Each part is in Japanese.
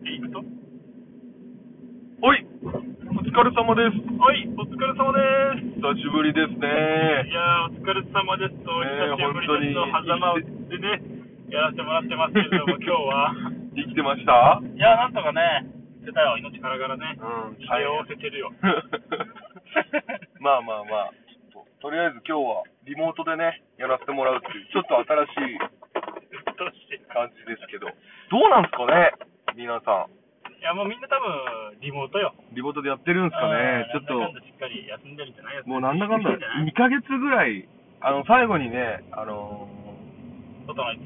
行くとおい、お疲れ様です。 はい、お疲れ様です。 久しぶりですね。 いやー、お疲れ様ですと、久しぶりですと、狭間でね、やらせてもらってますけれども、今日は。 生きてました？ いやー、なんとかね、出たよ、命からがらね。 うん、 手を合わせてるよ。 まあまあまあ、とりあえず今日はリモートでね、やらせてもらうっていう、ちょっと新しい感じですけど、どうなんすかね、皆さん。 いや、もうみんな多分、リモートよ。 リモートでやってるんすかね、ちょっと。 なんだかんだしっかり休んでるんじゃない？ もうなんだかんだ、2ヶ月ぐらい、最後にね、 外のいつ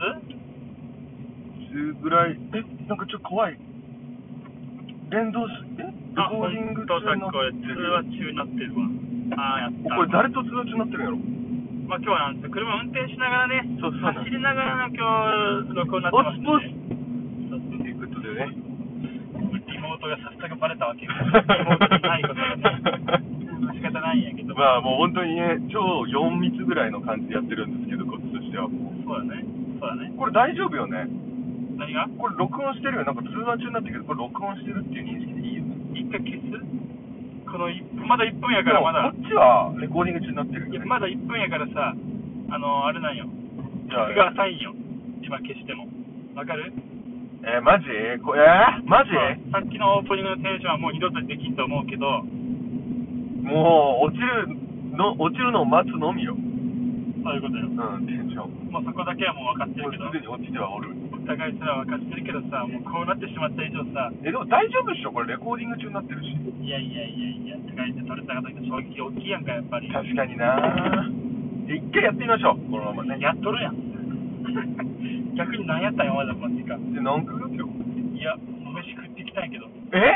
ぐらい、なんかちょっと怖い。連動レコーディング中の。 これ通話中になってるわ。やった。 これ誰と通話中になってるんやろ？ まあ今日はなんです車運転しながらね、 そう走りながらの今日録音になってますんで。 ということでね。 リモートが早速バレたわけよ。リモートにないことがね。仕方ないんやけど。 まあもう本当にね、超4密ぐらいの感じでやってるんですけど、こっちとしてはもう。 そうだね。そうだね。 これ大丈夫よね？ 何が？ これ録音してるよ。なんか通話中になってるけど、これ録音してるっていう認識でいいよね。 一回消す？このまだ1分やからまだ。 こっちはレコーディング中になってるよ、ね。 いや、まだ1分やからさ、あれなんよ。傷が浅いんよ。今消しても。わかる？ マジ？マジ？ さっきのオープニングのテンションはもう二度とできんと思うけど、 もう落ちるのを待つのみよ。 そういうことよ。 うん、テンション。 もうそこだけはもう分かってるけど。 もうすでに落ちてはおる。 お互いすら分かってるけどさ、もうこうなってしまった以上さ。 でも大丈夫でしょ？これレコーディング中になってるし。 いや、高いで取れた方が衝撃大きいやんか、やっぱり。 確かにな。一回やってみましょう、このままね。 やっとるやん。逆に何やったんや、お前らマジか。 で、何回だっけよ。 いや、飯食ってきたんやけど。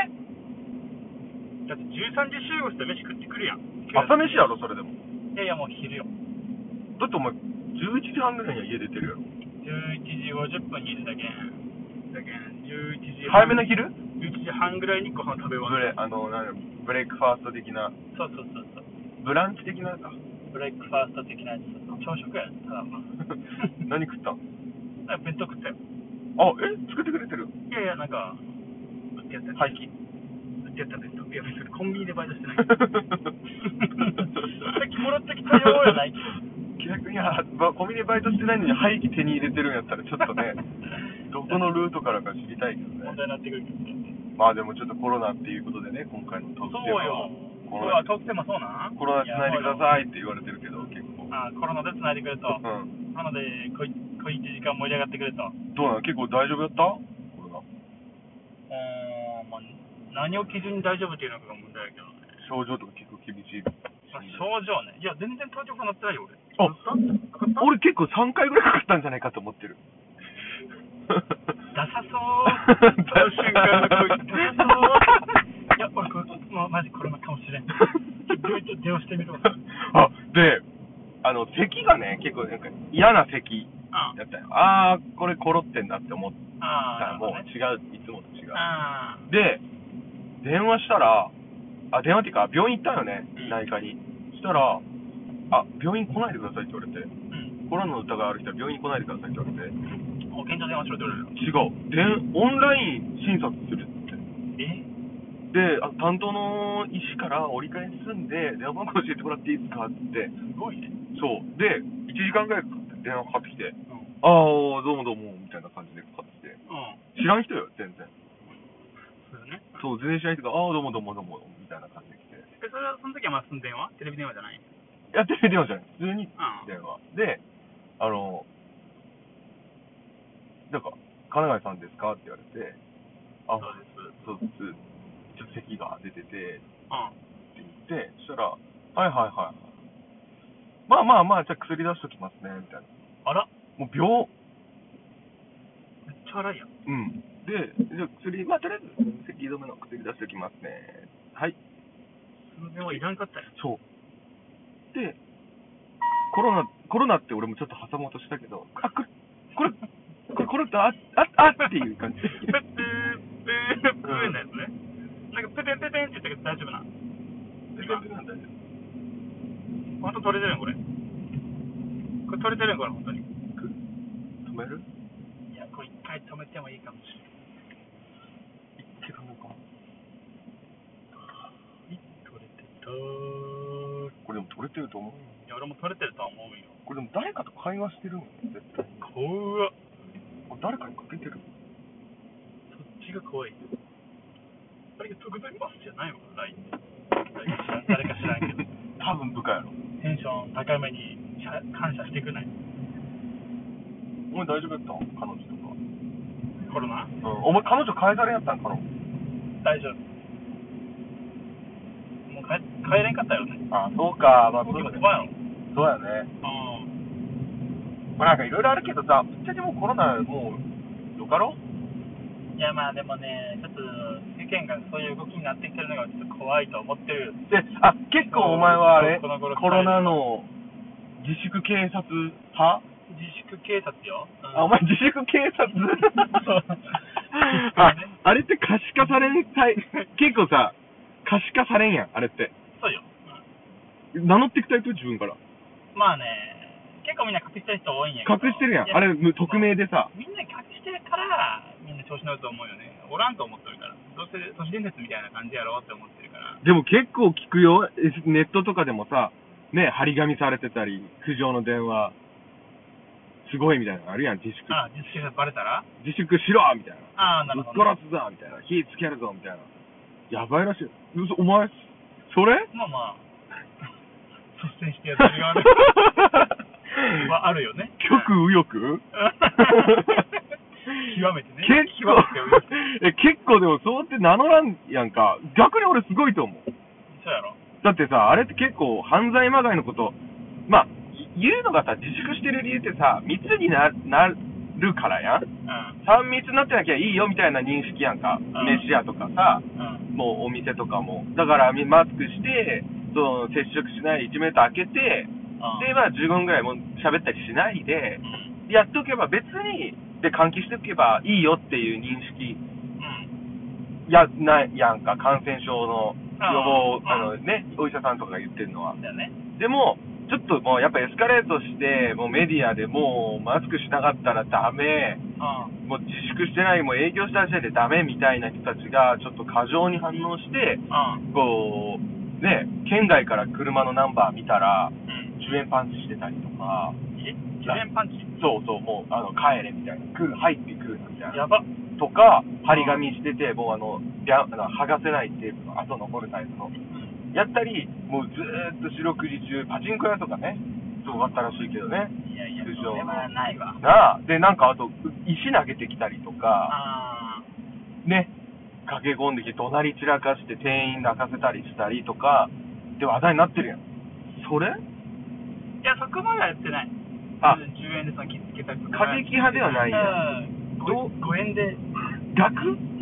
だって13時集合して飯食ってくるやん。 朝飯やろ、それでも。 いや、もう昼よ。 だってお前、11時半ぐらいには家出てるやろ。 11時50分にいるだけん。11時早めの昼 ?11 時半ぐらいにご飯食べ終わる。 ブレイクファースト的な。 そう。 ブランチ的なか。 ブレイクファースト的なやつ。朝食やただ何食ったん？ 弁当食ったよ。 作ってくれてる？ いや、なんか、売ってやった廃棄？ 売ってやった弁当。いや、別にコンビニでバイトしてない。さっきもらってきたよやないけど。 逆にコンビニでバイトしてないのに廃棄手に入れてるんやったらちょっとね、どこのルートからか知りたいけどね。 問題になってくるけどね。 まあでもちょっとコロナっていうことでね、今回のトークテーマは。 そうよ。トークテーマそうな？ コロナつないでくださいって言われてるけど、結構。 コロナでつないでくれと。なので、小一時間盛り上がってくれと。 どうなの？結構大丈夫やった？コロナ。 まあ、何を基準に大丈夫っていうのかが問題やけどね。 症状とか結構厳しい。 症状ね。いや、全然症状かなってないよ、俺。 俺結構3回ぐらいかかったんじゃないかと思ってる。 ダサそう。その瞬間の声、ダサそう。いや、俺もうマジコロナかもしれん。病院と電話してみるわ。 で、咳がね、結構なんか嫌な咳やったよ。これコロってんだって思ったらもう違う、いつもと違う。で、電話したら、電話っていうか、病院行ったよね、内科に。そしたら、病院来ないでくださいって言われて、コロナの疑いある人は病院に来ないでくださいって言われて、 保健所電話しろって言われる。 違う。オンライン診察するって。で、担当の医師から折り返しすんで、電話番号教えてもらっていいですかって言って、 すごいね。 そう。で、1時間ぐらいかかって電話かかってきて、どうも、みたいな感じでかかってきて、知らん人よ、全然。そう、全然知らん人が、どうも、みたいな感じで来て。 それは、その時はまあ、電話？テレビ電話じゃない？ いや、テレビ電話じゃない。普通に電話。で、なんか、金貝さんですかって言われて、そうです。ちょっと咳が出てて、って言って、そしたら、はい。まあ、じゃあ薬出しときますね、みたいな。 あら？ もうめっちゃ荒いやん。 で、じゃあ薬、とりあえず、咳止めの薬出しときますね。はい。 その電話いらんかったよ。 そう。で、コロナって俺もちょっと挟もうとしたけど、これっていう感じ。 プーのやつね。なんかペペンって言ったけど大丈夫な。 ペペンなんだよ。 ほんと取れてるんこれ。これ取れてるんこれ、ほんとに。 止める？ いや、これ一回止めてもいいかもしてると思う。 いや、俺も取れてるとは思うよ。 これでも誰かと会話してるの絶対。 怖っ。 誰かにかけてる。 そっちが怖い。ありがとうございますじゃないわ、LINE で。誰か知らんけど。 多分部下やろ。 テンション高めに感謝してくない。 お前大丈夫やったん彼女とか。 コロナ？ お前彼女返されやったんかな。 大丈夫。もう帰れんかったよね。 あ、そうか。まあ、 そうやろ。 そうやね。まあなんかいろいろあるけどさ、ぶっちゃけもうコロナもうよかろ。 いやまあでもね、ちょっと世間がそういう動きになってきてるのがちょっと怖いと思ってる。 で、結構お前はあれ、コロナの自粛警察派？ 自粛警察よ。 お前自粛警察あれって可視化されん、結構さ、可視化されんやん、あれって。 そうよ。 名乗っていくタイプ自分から。 まあね、結構みんな隠してる人多いんやけど。 隠してるやん。あれ、匿名でさ。 みんな隠してるから、みんな調子乗ると思うよね。おらんと思ってるから。どうせ都市伝説みたいな感じやろうって思ってるから。 でも結構聞くよ。ネットとかでもさ、ね、張り紙されてたり、苦情の電話、すごいみたいなのあるやん、自粛。 自粛バレたら自粛しろみたいな。 なるほど。 ぶっ殺すぞみたいな。火つけるぞみたいな。やばいらしい。お前、それまあ。率先してやってるような。はあるよね。 極右翼極めてね。 結構でもそうって名乗らんやんか。逆に俺すごいと思う。 そうやろ。 だってさ、あれって結構犯罪まがいのこと、まあ、言うのがさ、自粛してる理由ってさ、密になるからやん。3密になってなきゃいいよみたいな認識やんか。飯屋とかさ、もうお店とかも。だからマスクして、接触しないで1メートル開けて、で、まあ15分ぐらいも喋ったりしないで、やっとけば別に、で、換気しておけばいいよっていう認識、ないやんか、感染症の予防、お医者さんとかが言ってるのは。でも、ちょっともうやっぱエスカレートして、もうメディアでもうマスクしなかったらダメ、もう自粛してない、もう営業した時点でダメみたいな人たちがちょっと過剰に反応して、こう、ね、県外から車のナンバー見たら、10円パンチしてたりとか。 10円パンチ？ そう、もう、帰れみたいな。入ってくるみたいな。 やば。 とか、張り紙してて、もう剥がせないテープの後残るタイプの。やったり、もうずーっと四六時中、パチンコ屋とかね、すごかったらしいけどね。 いや、それはないわ。 で、なんかあと、石投げてきたりとか、ね、駆け込んできて、怒鳴り散らかして店員泣かせたりしたりとか、で話題になってるやん。それ？ いや、そこまではやってない。10円で傷つけたりとか。 過激派ではないやん。 5円で。 逆？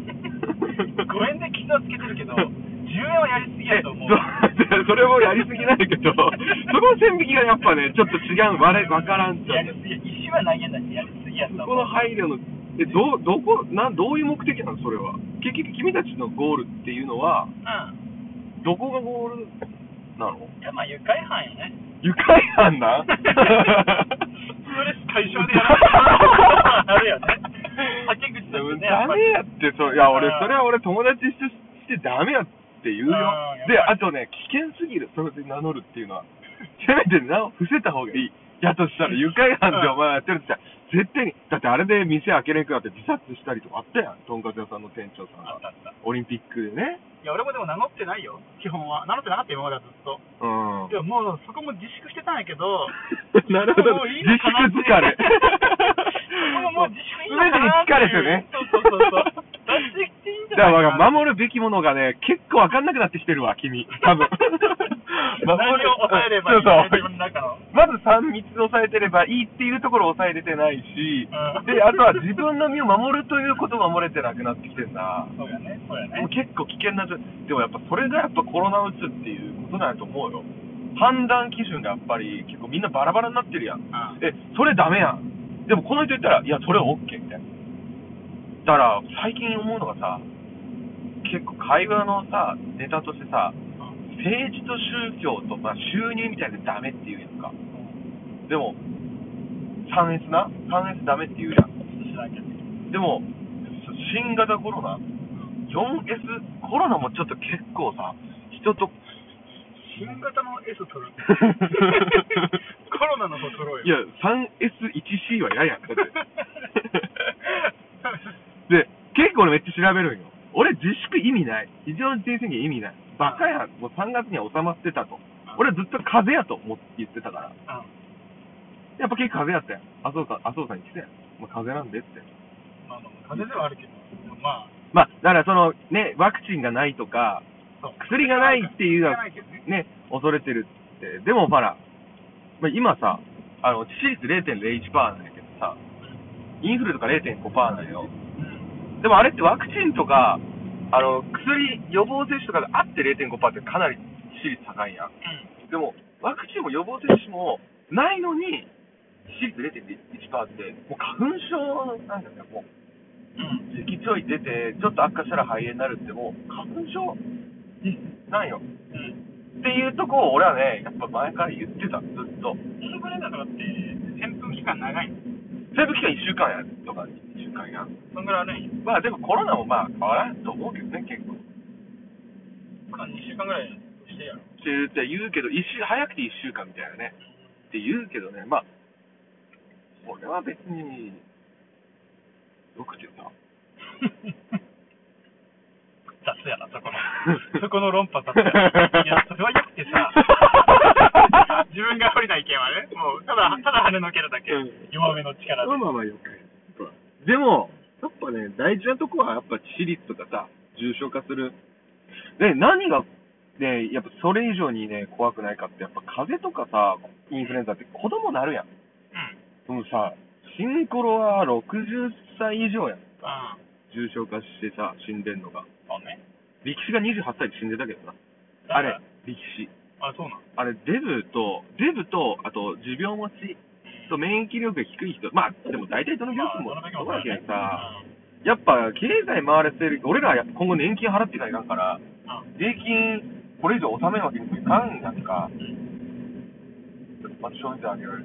5円で傷をつけてるけど、10円はやりすぎやと思う。 それもやりすぎなんだけど、そこの線引きがやっぱね、ちょっと違う、わからんっちゃう。 石は投げないし、やりすぎやと思う。 そこの配慮の、どういう目的なのそれは。結局君たちのゴールっていうのは、どこがゴールなの？ いや、まあ、愉快犯よね。 愉快犯な？ ストレス解消でやらないとあるよね。竹口だってね。 ダメやって、いや、それは俺友達としてダメやって言うよ。で、あとね、危険すぎる、それで名乗るっていうのは。せめて名を伏せた方がいい。やとしたら、愉快犯でお前やってるって言ったら、絶対に、だってあれで店開けれんくなって自殺したりとかあったやん。とんかつ屋さんの店長さんが。オリンピックでね。 いや、俺もでも名乗ってないよ、基本は。名乗ってなかったよ、今まではずっと。でももう、そこも自粛してたんやけど。 なるほど。自粛疲れ。 もう自粛いいのかな。全てに疲れてね。 そう。 だから守るべきものがね、結構分かんなくなってきてるわ、君。多分。 何を抑えればいいの？自分の中の。 まず3密を抑えてればいいっていうところを抑えれてないし、で、あとは自分の身を守るということが守れてなくなってきてるな。 そうやね。 結構危険な状態。でもやっぱそれがやっぱコロナうつっていうことなんやと思うよ。判断基準がやっぱり結構みんなバラバラになってるやん。それダメやん。でもこの人言ったら、いや、それ OK みたいな。だから最近思うのがさ、結構会話のさ、ネタとしてさ、政治と宗教と、収入みたいでダメって言うやんか。でも、3S ダメって言うやん。でも、新型コロナ、4S、コロナもちょっと結構さ、人と新型の S 取る。コロナの方取ろうよ。 いや、3S1C は嫌やん。だって。で、結構俺めっちゃ調べるんよ。俺自粛意味ない。非常事態宣言意味ない。バカやん。もう3月には収まってたと。俺ずっと風邪やと思って言ってたから。やっぱ結構風邪やったよ。麻生さんに来て。まあ、風邪なんでって。 まあ、風邪ではあるけど、まあ、だからそのね、ワクチンがないとか、薬がないっていうのはね、恐れてるって。でもほら、まあ、今さ、致死率 0.01% なんだけどさ、インフルとか 0.5% なんよ。でもあれってワクチンとか、薬、予防接種とかがあって 0.5% ってかなり致死率高いやん。でも、ワクチンも予防接種もないのに、致死率 0.1% って、もう花粉症なんだよね、もう。咳ちょい出て、ちょっと悪化したら肺炎になるってもう、花粉症なんよ。っていうとこを俺はね、やっぱ前から言ってた、ずっと。 インフルエンザとかって、潜伏期間長いの？ 潜伏期間1週間やとか、1週間や。 そんぐらいあるんよ。 まあでもコロナもまあ変わらんと思うけどね、結構。 2週間ぐらいしてやろ。 って言うけど、早くて1週間みたいなね。って言うけどね、まあ、俺は別に、よくてさ。 雑やな、そこの論破雑やな。いや、それはよくてさ、自分が降りない意見はね、もうただ跳ねのけるだけ、弱めの力で。 まあよく。でも、やっぱね、大事なとこはやっぱ致死率とかさ、重症化する。で、何が、ね、やっぱそれ以上にね、怖くないかって、やっぱ風邪とかさ、インフルエンザって子供なるやん。でもさ、シンコロは60歳以上やん。重症化してさ、死んでんのが。 そうね。 力士が28歳で死んでたけどな。あれ、力士。 あ、そうなの？ あれ、デブと、あと、持病持ちと免疫力が低い人、まあ、でも大体どの病気もそうだけどさ、やっぱ経済回らせる、俺ら今後年金払っていかないかんから、税金、これ以上納めるわけにもいかんやんか。まあ、消費税上げられる。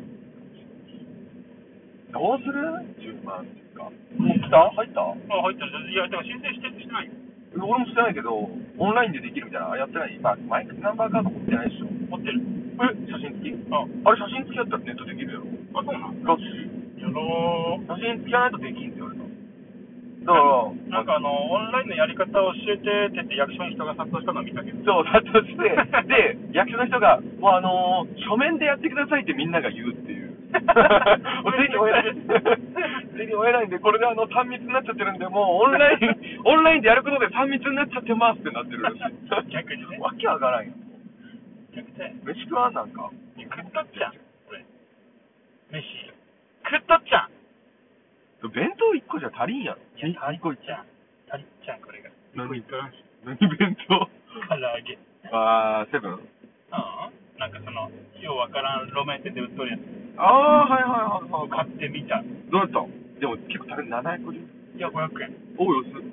どうする ?10 万っていうか。もう来た？入った？ あ、入った。いや、でも申請してないよ。 俺もしてないけど、オンラインでできるみたいな。やってない？まあ、マイクナンバーカード持ってないでしょ。 持ってる。 写真付き？あれ写真付きやったらネットできるやろ。 あ、そうなの？ らしい。 やろう。 写真付きやないとできんって言われた。だから、 なんかオンラインのやり方を教えてって言って役所に人が殺到したのを見たけど。 そう、殺到して、で、役所の人が、もう書面でやってくださいってみんなが言うっていう。手に負えない。手に負えないんで、これで3密になっちゃってるんで、もうオンラインでやることで3密になっちゃってますってなってるらしい。 逆にね。 わけわからんよ。 逆で。 飯食わんなんか。 食っとっちゃん、これ。飯。食っとっちゃん。 弁当1個じゃ足りんやろ。 足りっちゃん。足りっちゃん、これが。 何弁当？ 唐揚げ。 セブン？ なんかようわからん路面店で売っとるやつ。 はい。 買ってみた。 どうやった？でも結構足りる750円。 いや、500円。 おう、安い。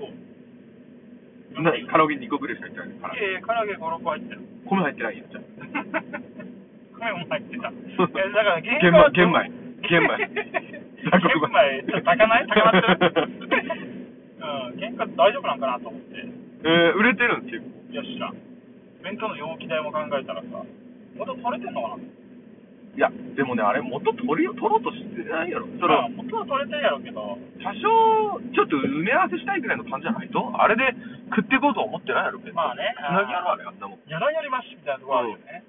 唐揚げ2個ぐらいしか入ってない。 いや、唐揚げ5、6個入ってる。 米入ってないよ、じゃ米も入ってた。だから玄米。 玄米、ちょっと高まってる。原価大丈夫なんかなと思って。 売れてるんですよ。 いや、知らん。弁当の容器代も考えたらさ、元取れてんのかな？ いや、でもね、あれ元取ろうとしてないやろ。 元は取れてるやろうけど、 多少、ちょっと埋め合わせしたいぐらいの感じじゃないと、あれで食っていこうと思ってないやろ、別に。 まあね。 つなぎやろ、あれ、あんなもん。 やりましみたいなとこあるよね。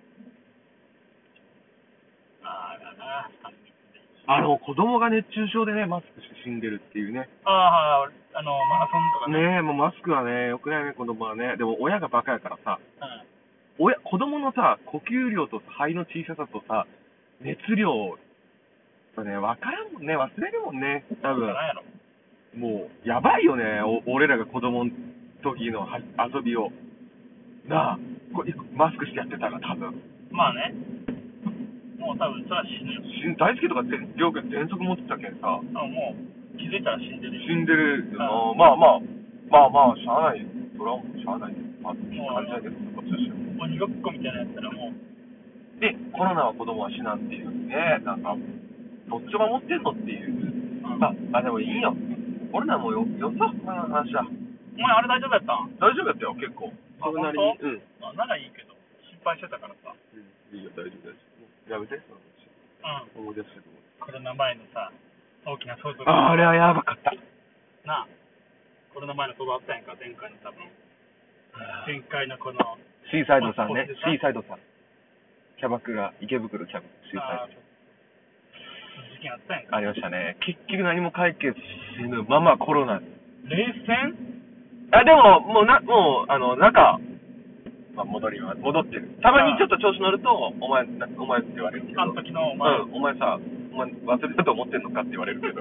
子供が熱中症でね、マスクして死んでるっていうね。 マラソンとかね。もうマスクはね、よくないね、子供はね。でも親がバカやからさ、子供のさ、呼吸量と肺の小ささとさ、熱量とね、分からんもんね、忘れるもんね、多分。もう、やばいよね、俺らが子供の時の遊びを。なあ、マスクしてやってたら多分。 まあね。もう多分それは死ぬよ。 大輔とか両家喘息持ってたけんさ。 もう気づいたら死んでる。 死んでる。まあ、しゃあない。それはもうしゃあない。まあ、感じないけど、こっちとしても。 鬼ごっこみたいなやつらもう。 で、コロナは子供は死なんっていうね、なんか、どっち守ってんのっていう。でもいいよ。コロナもよさ、この話は。 お前あれ大丈夫やったん？ 大丈夫やったよ、結構。 それなりに。ならいいけど。 配してたからさ。 いいよ、大丈夫、大丈夫。やめて、その話。思い出してる。 コロナ前のさ、大きな騒動。 あれはやばかった。 なあ、コロナ前の騒動あったやんか、前回の多分。前回のこの。 シーサイドさんね、シーサイドさん。キャバクラ、池袋キャバクラ、シーサイド。 事件あったやんか。 ありましたね。結局何も解決せぬままコロナ。 冷戦？ でも、もう中、戻ってる。たまにちょっと調子乗ると、お前って言われるけど。 あの時のお前。 お前さ、忘れたと思ってんのかって言われるけど。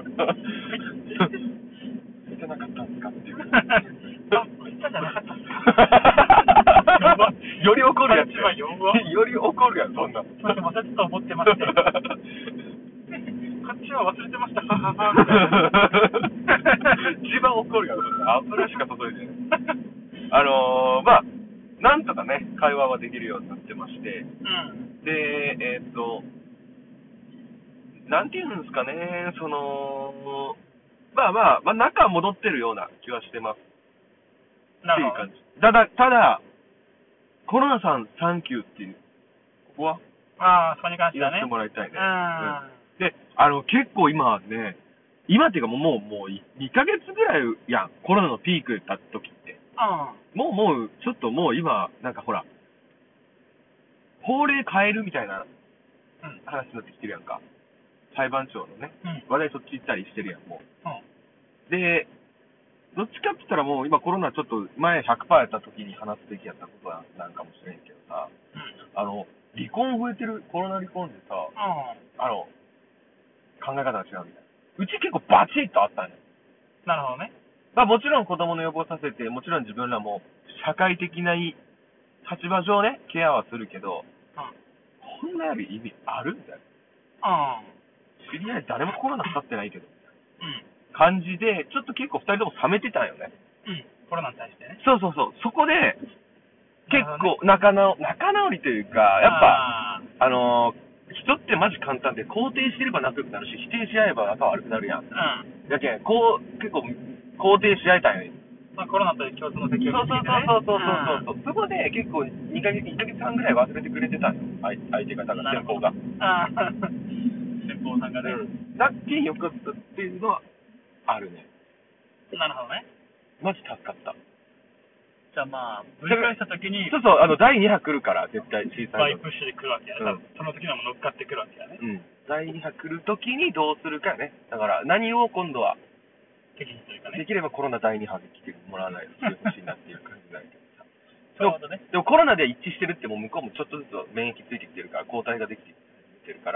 見てなかったんですかっていう。 こいつじゃなかったんですかより怒るやつ。 より怒るやん、そんな。 それで忘れたと思ってまして。こっちは忘れてました、はははみたいな。 一番怒るやん、油しか届いてない。なんとかね、会話はできるようになってまして、で、なんていうんですかね、中は戻ってるような気はしてます。 なるほど。 っていう感じ。ただ、コロナさん、サンキューっていう、ここはそこに関してはね。 やってもらいたいね。で、結構今ね、今っていうかもう2ヶ月ぐらいやん、コロナのピークだった時って。ちょっと今、なんかほら、法令変えるみたいな話になってきてるやんか。裁判長のね、話題そっち行ったりしてるやん、もう。で、どっちかって言ったらもう今コロナちょっと前 100% やった時に話すべきやったことなんかもしれんけどさ、離婚増えてる、コロナ離婚でさ、考え方が違うみたいな。うち結構バチッとあったんよ。 なるほどね。 もちろん子供の予防させて、もちろん自分らも社会的な立場上ね、ケアはするけど、こんなやる意味あるみたいな。知り合い誰もコロナかかってないけど、感じで、ちょっと結構2人とも冷めてたんよね。 コロナに対してね。 そう。そこで、結構仲直りというか、やっぱ、人ってマジ簡単で、肯定してれば仲良くなるし、否定し合えば仲悪くなるやん。だけん、結構、肯定し合えたんよね。 コロナという共通の敵を見つけてね。 そう。そこで結構2ヶ月半ぐらい忘れてくれてたんよ。相手方が、先方が。 先方さんがね。 ラッキーよかったっていうのは、あるね。 なるほどね。 マジ助かった。 じゃあぶり返したときに。 そう、第2波来るから、絶対、小さい。 バイプッシュで来るわけやね。その時にはもう乗っかってくるわけやね。 第2波来るときにどうするかね。だから、何を今度は、 適宜というかね。 できればコロナ第2波で来てもらわないとしてほしいなっていう感じなんだけどさ。 そういうことね。 でもコロナで一致してるっても向こうもちょっとずつ免疫ついてきてるから、抗体ができてるから。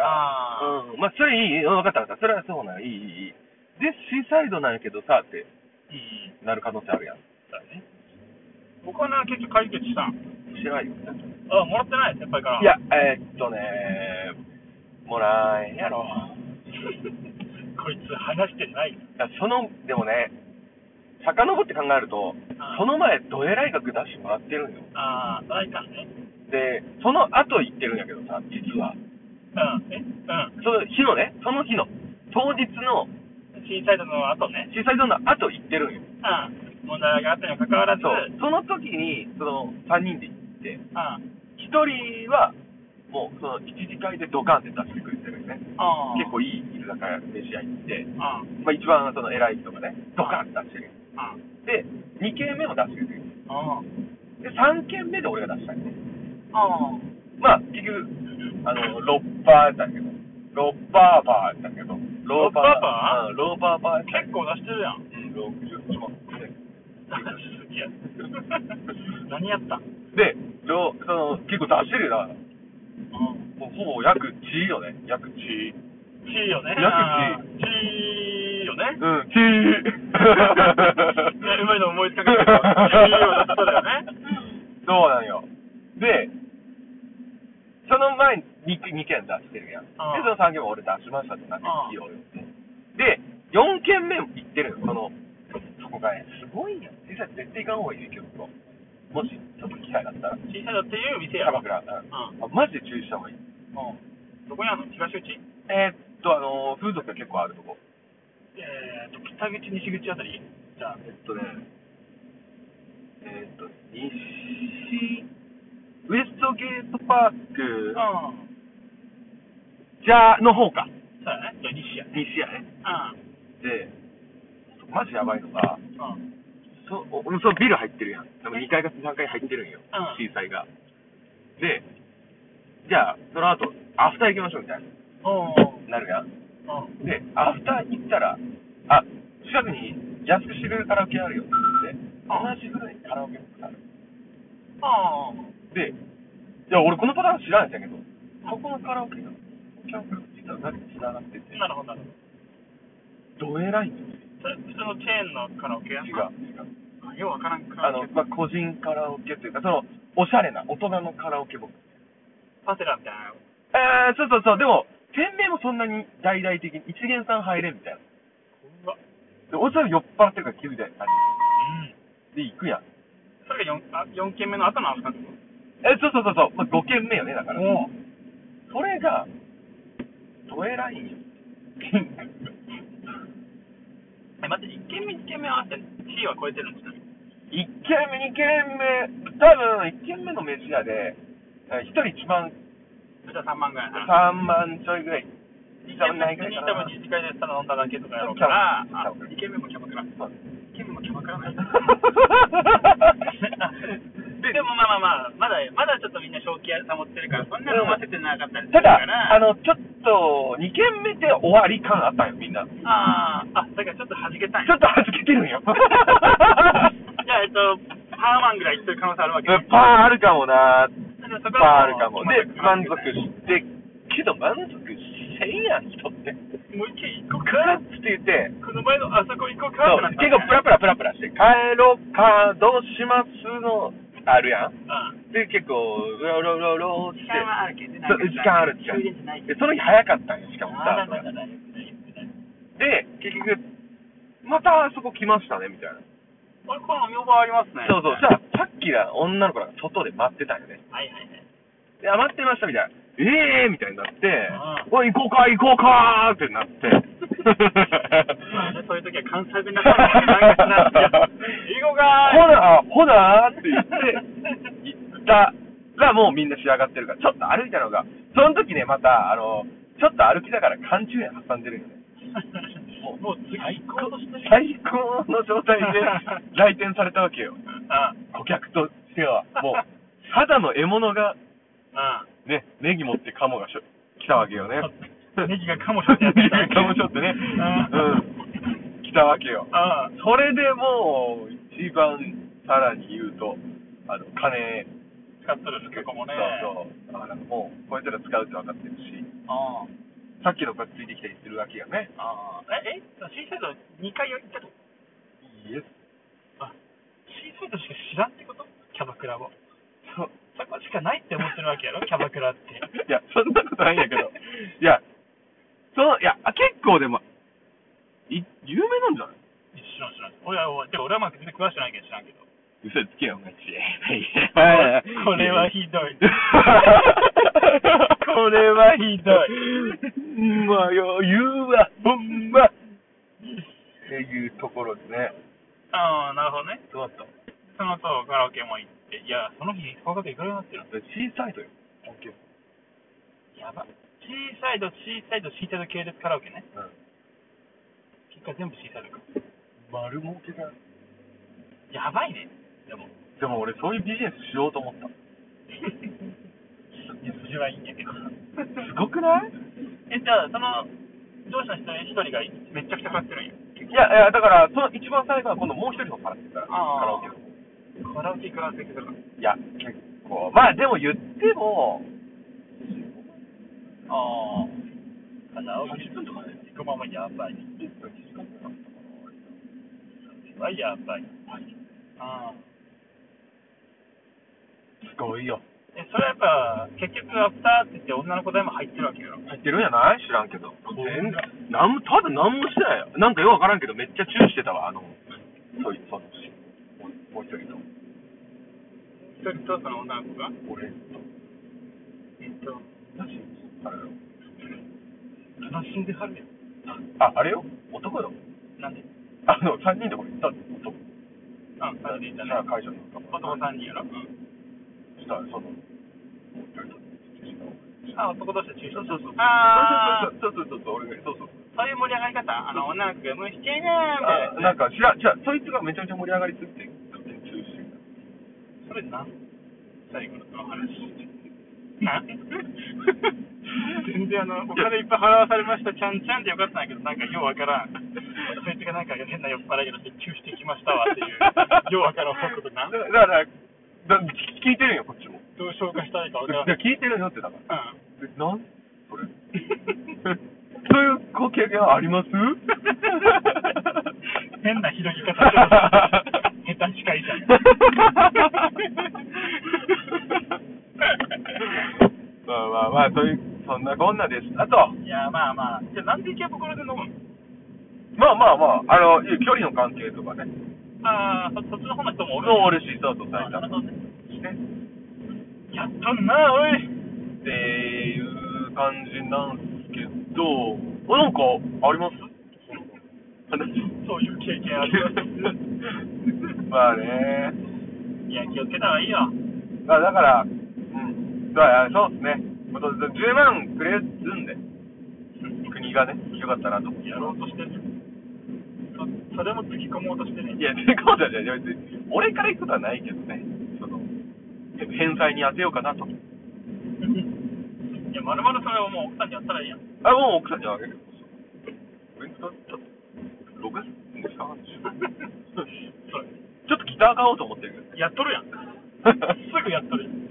それいい。分かった。それはそうなの。いい。で、シーサイドなんやけどさ、って、なる可能性あるやん。 だね。僕はな、結局解決したん。 してないよ。 もらってない先輩から。 いや、もらえんやろ。 こいつ話してない。 でもね、遡って考えると、その前、どえらい額出してもらってるんよ。 大胆ね。 で、その後行ってるんやけどさ、実は。その日の、当日の、 シーサイドの後ね。 シーサイドの後行ってるんよ。 問題があったにもかかわらず。 その時に、3人で行って、1人は、もう、一次会でドカンって出してくれてるんね。結構いい居酒屋、飯屋行って、一番偉い人がね、ドカンって出してる。で、2軒目も出してくれてる。で、3軒目で俺が出したんね。結局、ロッパーやったんやけど、ローパーバーやったんやけど、ローパーバー結構出してるやん。 60万。 いや、何やったんで、結構出してるな。もうほぼ約チよね。約チよね。 約チよね。 チうまいの思いつかけたけど、チを出しただよね。 そうなんよ。で、その前に2件出してるやん。で、その3件も俺出しましたってなって聞きよるって。で、4件目行ってるよ。そこがね、すごいんや。実際絶対行かん方がいいね、今日。もし、ちょっと機会だったら。 小さいだっていう店や。 キャバクラ。マジで注意した方がいい。 どこにあるの？東口？ 風俗が結構あるとこ。 北口、西口あたり？じゃあ。 ウエストゲートパーク、じゃの方か。 そうだね。じゃあ西や。 西やね。で、マジやばいのが、そのビル入ってるやん。でも2階か3階入ってるんよ。小さいが。で、じゃあ、その後、アフター行きましょうみたいな。なるやん。で、アフター行ったら、あ、近くに安くしてくれるカラオケあるよって言って、同じぐらいカラオケボックスある。で、いや、俺このパターン知らないんだけど、そこのカラオケが、実は何か繋がってて。 なるほど、なるほど。 どえらいんですよ。 普通のチェーンのカラオケ屋？ 違う。 ようわからんカラオケ。 個人カラオケというか、おしゃれな大人のカラオケボックス。 パセラみたいな。 そう。でも、店名もそんなに大々的に一元さん入れみたいな。で、おそらく酔っ払ってるから気づいたり。で、行くやん。 それが4軒目の後なんですか？ そう。まあ、5軒目よね、だから。それが、どえらいんよ。 待って、1軒目、2軒目合わせて C は超えてるんですか？ 1軒目、2軒目、多分1軒目の飯屋で、1人1万、 じゃあ3万ぐらい。 3万ちょいぐらい。 2軒目に多分2次会でただ飲んだだけとかやろうから、2軒目もキャバクラ。2軒目もキャバクラない。でもまだちょっとみんな正気保ってるから、そんなの飲ませてなかったりするから。 ただ、ちょっと、2軒目で終わり感あったんよ、みんな。 だからちょっと弾けたんちょっと弾けてるんよ。 じゃあ、パーマンぐらいいってる可能性あるわけね。 パーあるかもな。パーあるかも。で、満足して、けど満足せんやん、人って。 もう一軒行こうかって言って、 この前のあそこ行こうかってなった。 結構プラプラして、帰ろうか、どうしますの、あるやん。で、結構、ロロって。 時間はあるけどね。 時間あるじゃん。で、その日早かったんよ、しかもさ。で、結局、またあそこ来ましたね、みたいな。 この見覚えありますね。 そう。じゃあ、さっきは女の子が外で待ってたんよね。で、待ってましたみたいな。みたいになって、おい、行こうかってなって。 そういう時は関西弁だから行こうかほなって言って、行ったらもうみんな仕上がってるから、ちょっと歩いたのが、その時ね、また、ちょっと歩きながら缶中煙挟んでるよね。 もう最高の状態で来店されたわけよ。顧客としては。もう、ただの獲物が、ね、ネギ持ってカモが来たわけよね。 ネギがカモしょってやってた。 カモしょってね。来たわけよ。それでもう、一番さらに言うと、金、 使ってる結構もね。 そう。だからもう、こいつら使うって分かってるし。さっきの子がついてきたりするわけよね。 シーサイド2回行ったと？ いいえ。 シーサイドしか知らんってこと？キャバクラを。 そう。 そこしかないって思ってるわけやろ、キャバクラって。 いや、そんなことないんやけど。いや、結構でも、有名なんじゃない？ 知らん。俺は全然詳しくないけど知らんけど。 嘘つけよ、マジで。 これはひどい。これはひどい。 まあよ、言うわ、ほんま。っていうところでね。 なるほどね。 どうだった？ その後カラオケも行って、いや、その日、福岡でいくらになってるの？ 小さいとよ。 やば。シーサイド系列カラオケね。結果全部シーサイドか。 丸儲けだ。 やばいね。 でも俺そういうビジネスしようと思った。いや、それはいいんやけど。 すごくない？ じゃあ、その、上司の一人がめちゃくちゃ払ってるんや。 いや、だから、その一番最初は今度もう一人も払ってたから、カラオケの。 カラオケいくらって言ってたか。 いや、結構。まあでも言っても、 カラオケ30分とかね。行くままやばい。それはやばい。 すごいよ。 それはやっぱ、結局アフターって言って女の子代も入ってるわけよ。 入ってるんやない？知らんけど。ただ何もしてないよ。なんかよくわからんけど、めっちゃチューしてたわ、もう一人と。 一人とその女の子が？ 俺と。あれよ。 楽しんではるやん。 あれよ？男よ。 なんで 3人でこれ行った男。 3人だね。 会社の男3人やろ？ したら、もう一人あ、男同士で注意して。 そうそうそう。 ああ。 そう、俺が、そう。 そういう盛り上がり方女の子が無視してなーみたいな。 なんか、違う、そいつがめちゃめちゃ盛り上がりすぎて、勝手に注意してる。 それな、最後のその話。な全然お金いっぱい払わされました、ちゃんってよかったんやけど、なんかようわからん。そいつがなんか変な酔っ払いがしてチューしてきましたわっていう、ようわからん報告な。 だから聞いてるよ、こっちも。 どう消化したらいいかわからん。 聞いてるよってだから。 うん。 なんそれ。そういうご経験あります変な広げ方してます。下手司会者。 まあ、そんなこんなです。あと。 いや、まあ。じゃあなんで池袋で飲むの？ まあ、距離の関係とかね。 ああ、そっちの方の人もおるし、そう、埼玉。 やっとんな、おい。 っていう感じなんすけど、なんか、あります？ そういう経験あります。 まあね。 いや、気をつけた方がいいよ。 だから、そうですね。10万くれるんで、国がね、よかったなと。 やろうとしてる。それも突き込もうとしてね。 いや、突き込んだじゃん。別に、俺から行くことはないけどね。返済に当てようかなと。いや、まるまるそれをもう奥さんにやったらいいやん。 もう奥さんにあげる。6月に使わんでしょ。ちょっとギター買おうと思ってるけど。 やっとるやん。すぐやっとるやん。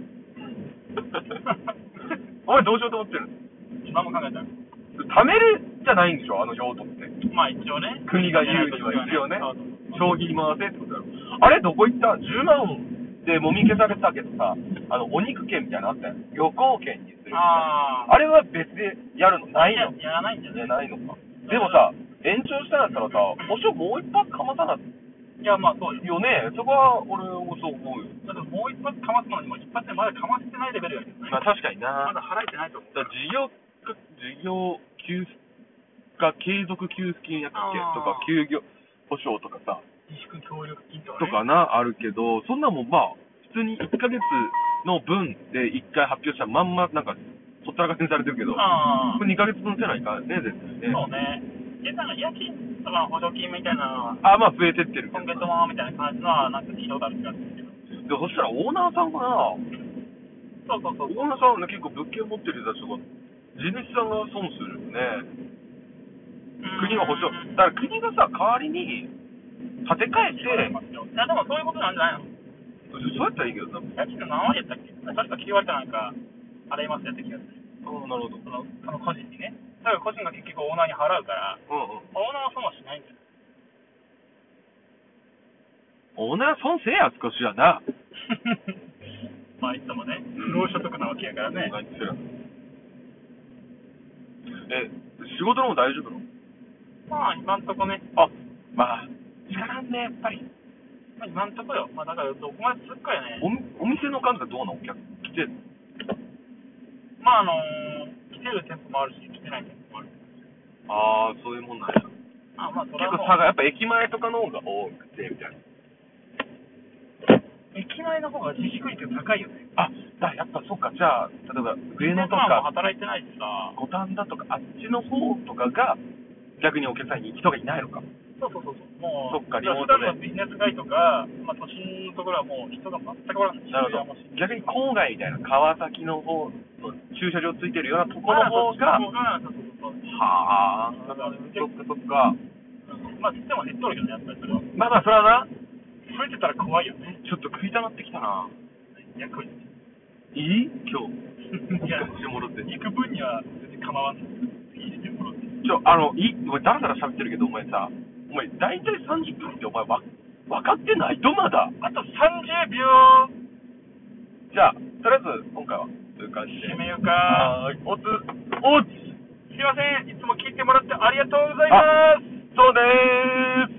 お前どうしようと思ってるの？ 何も考えたら。 貯めるじゃないんでしょ、あの用途って。 まあ一応ね。 国が言うには一応ね。将棋回せってことだろ。あれどこ行った？ 10 万でもみ消されたけどさ、お肉券みたいなのあったよ。旅行券にするみたいな。あれは別でやるのないの？ やらないんじゃない？ ないのか。でもさ、延長したんだったらさ、保証もう一発かまさな。 いや、まあそうよね。そこは俺もそう思うよ。 だってもう一発かますのにも一発でまだかませてないレベルやけどね。 まあ確かにな。 まだ払えてないと思う。 だ事業給付が継続給付金やったっけとか、休業保証とかさ、 自粛協力金とか、 ね、とかな、あるけど、そんなもんまあ、普通に1ヶ月の分で1回発表したらまんまなんか、そったらかしにされてるけど、これ2ヶ月分せないかんね、絶対ね。そうね。 なんか家賃とかの補助金みたいなのは、まあ増えてってるけど。 今月もみたいな感じのは、なんか聞いたことある気がするけど。 で、そしたらオーナーさんかな。 そう。オーナーさんはね、結構物件持ってるやつとか、地主さんが損するよね。国が保証。だから国がさ、代わりに建て替えて。 いや、でもそういうことなんじゃないの？ そうやったらいいけどな。 家賃の何割やったっけ？確か聞き割りかなんか、払いますやった気がする。 なるほど。 その個人にね。だから個人が結局オーナーに払うから、オーナーは損はしないんだよ。 オーナー損せえや、少しはな。 まあ、いつもね、不労所得なわけやからね。 仕事のも大丈夫なの？ まあ、今んとこね。 まあ、しかなんね、やっぱり。 まあ、今んとこよ。まあ、だからどこまで続くかやね。 お店の数がどうなの？お客来てる？ まあ、来てる店舗もあるし、来てない店舗もある。 そういうもんなんや。 まあ、それは結構差がやっぱ駅前とかの方が多くて、みたいな。 駅前の方が自粛率が高いよね。 やっぱそっか、じゃあ、例えば上野とか、 働いてないしさ、 五反田とか、あっちの方とかが、逆にお客さんに人がいないのか。 そう。もう、 そっか、リモートで。 普段のビジネス街とか、まあ、都心のところはもう人が全くおらん。 なるほど。逆に郊外みたいな川崎の方の駐車場ついてるようなところの方が、はあ、そっか。 まあ、つっても減っとるけどね、やっぱりそれは。 まあ、それはな。 増えてたら怖いよね。 ちょっと食いたなってきたな。 いや、食い。 いい？今日。いや、してもらって。 行く分には全然構わんの。いいしてもらって。 お前だらだら喋ってるけど、お前さ、大体30分ってお前分かってないとまだ。 あと30秒。 じゃあ、とりあえず、今回は、という感じで。 締めようか。 おつ。 すいません。いつも聞いてもらってありがとうございます。 そうでーす。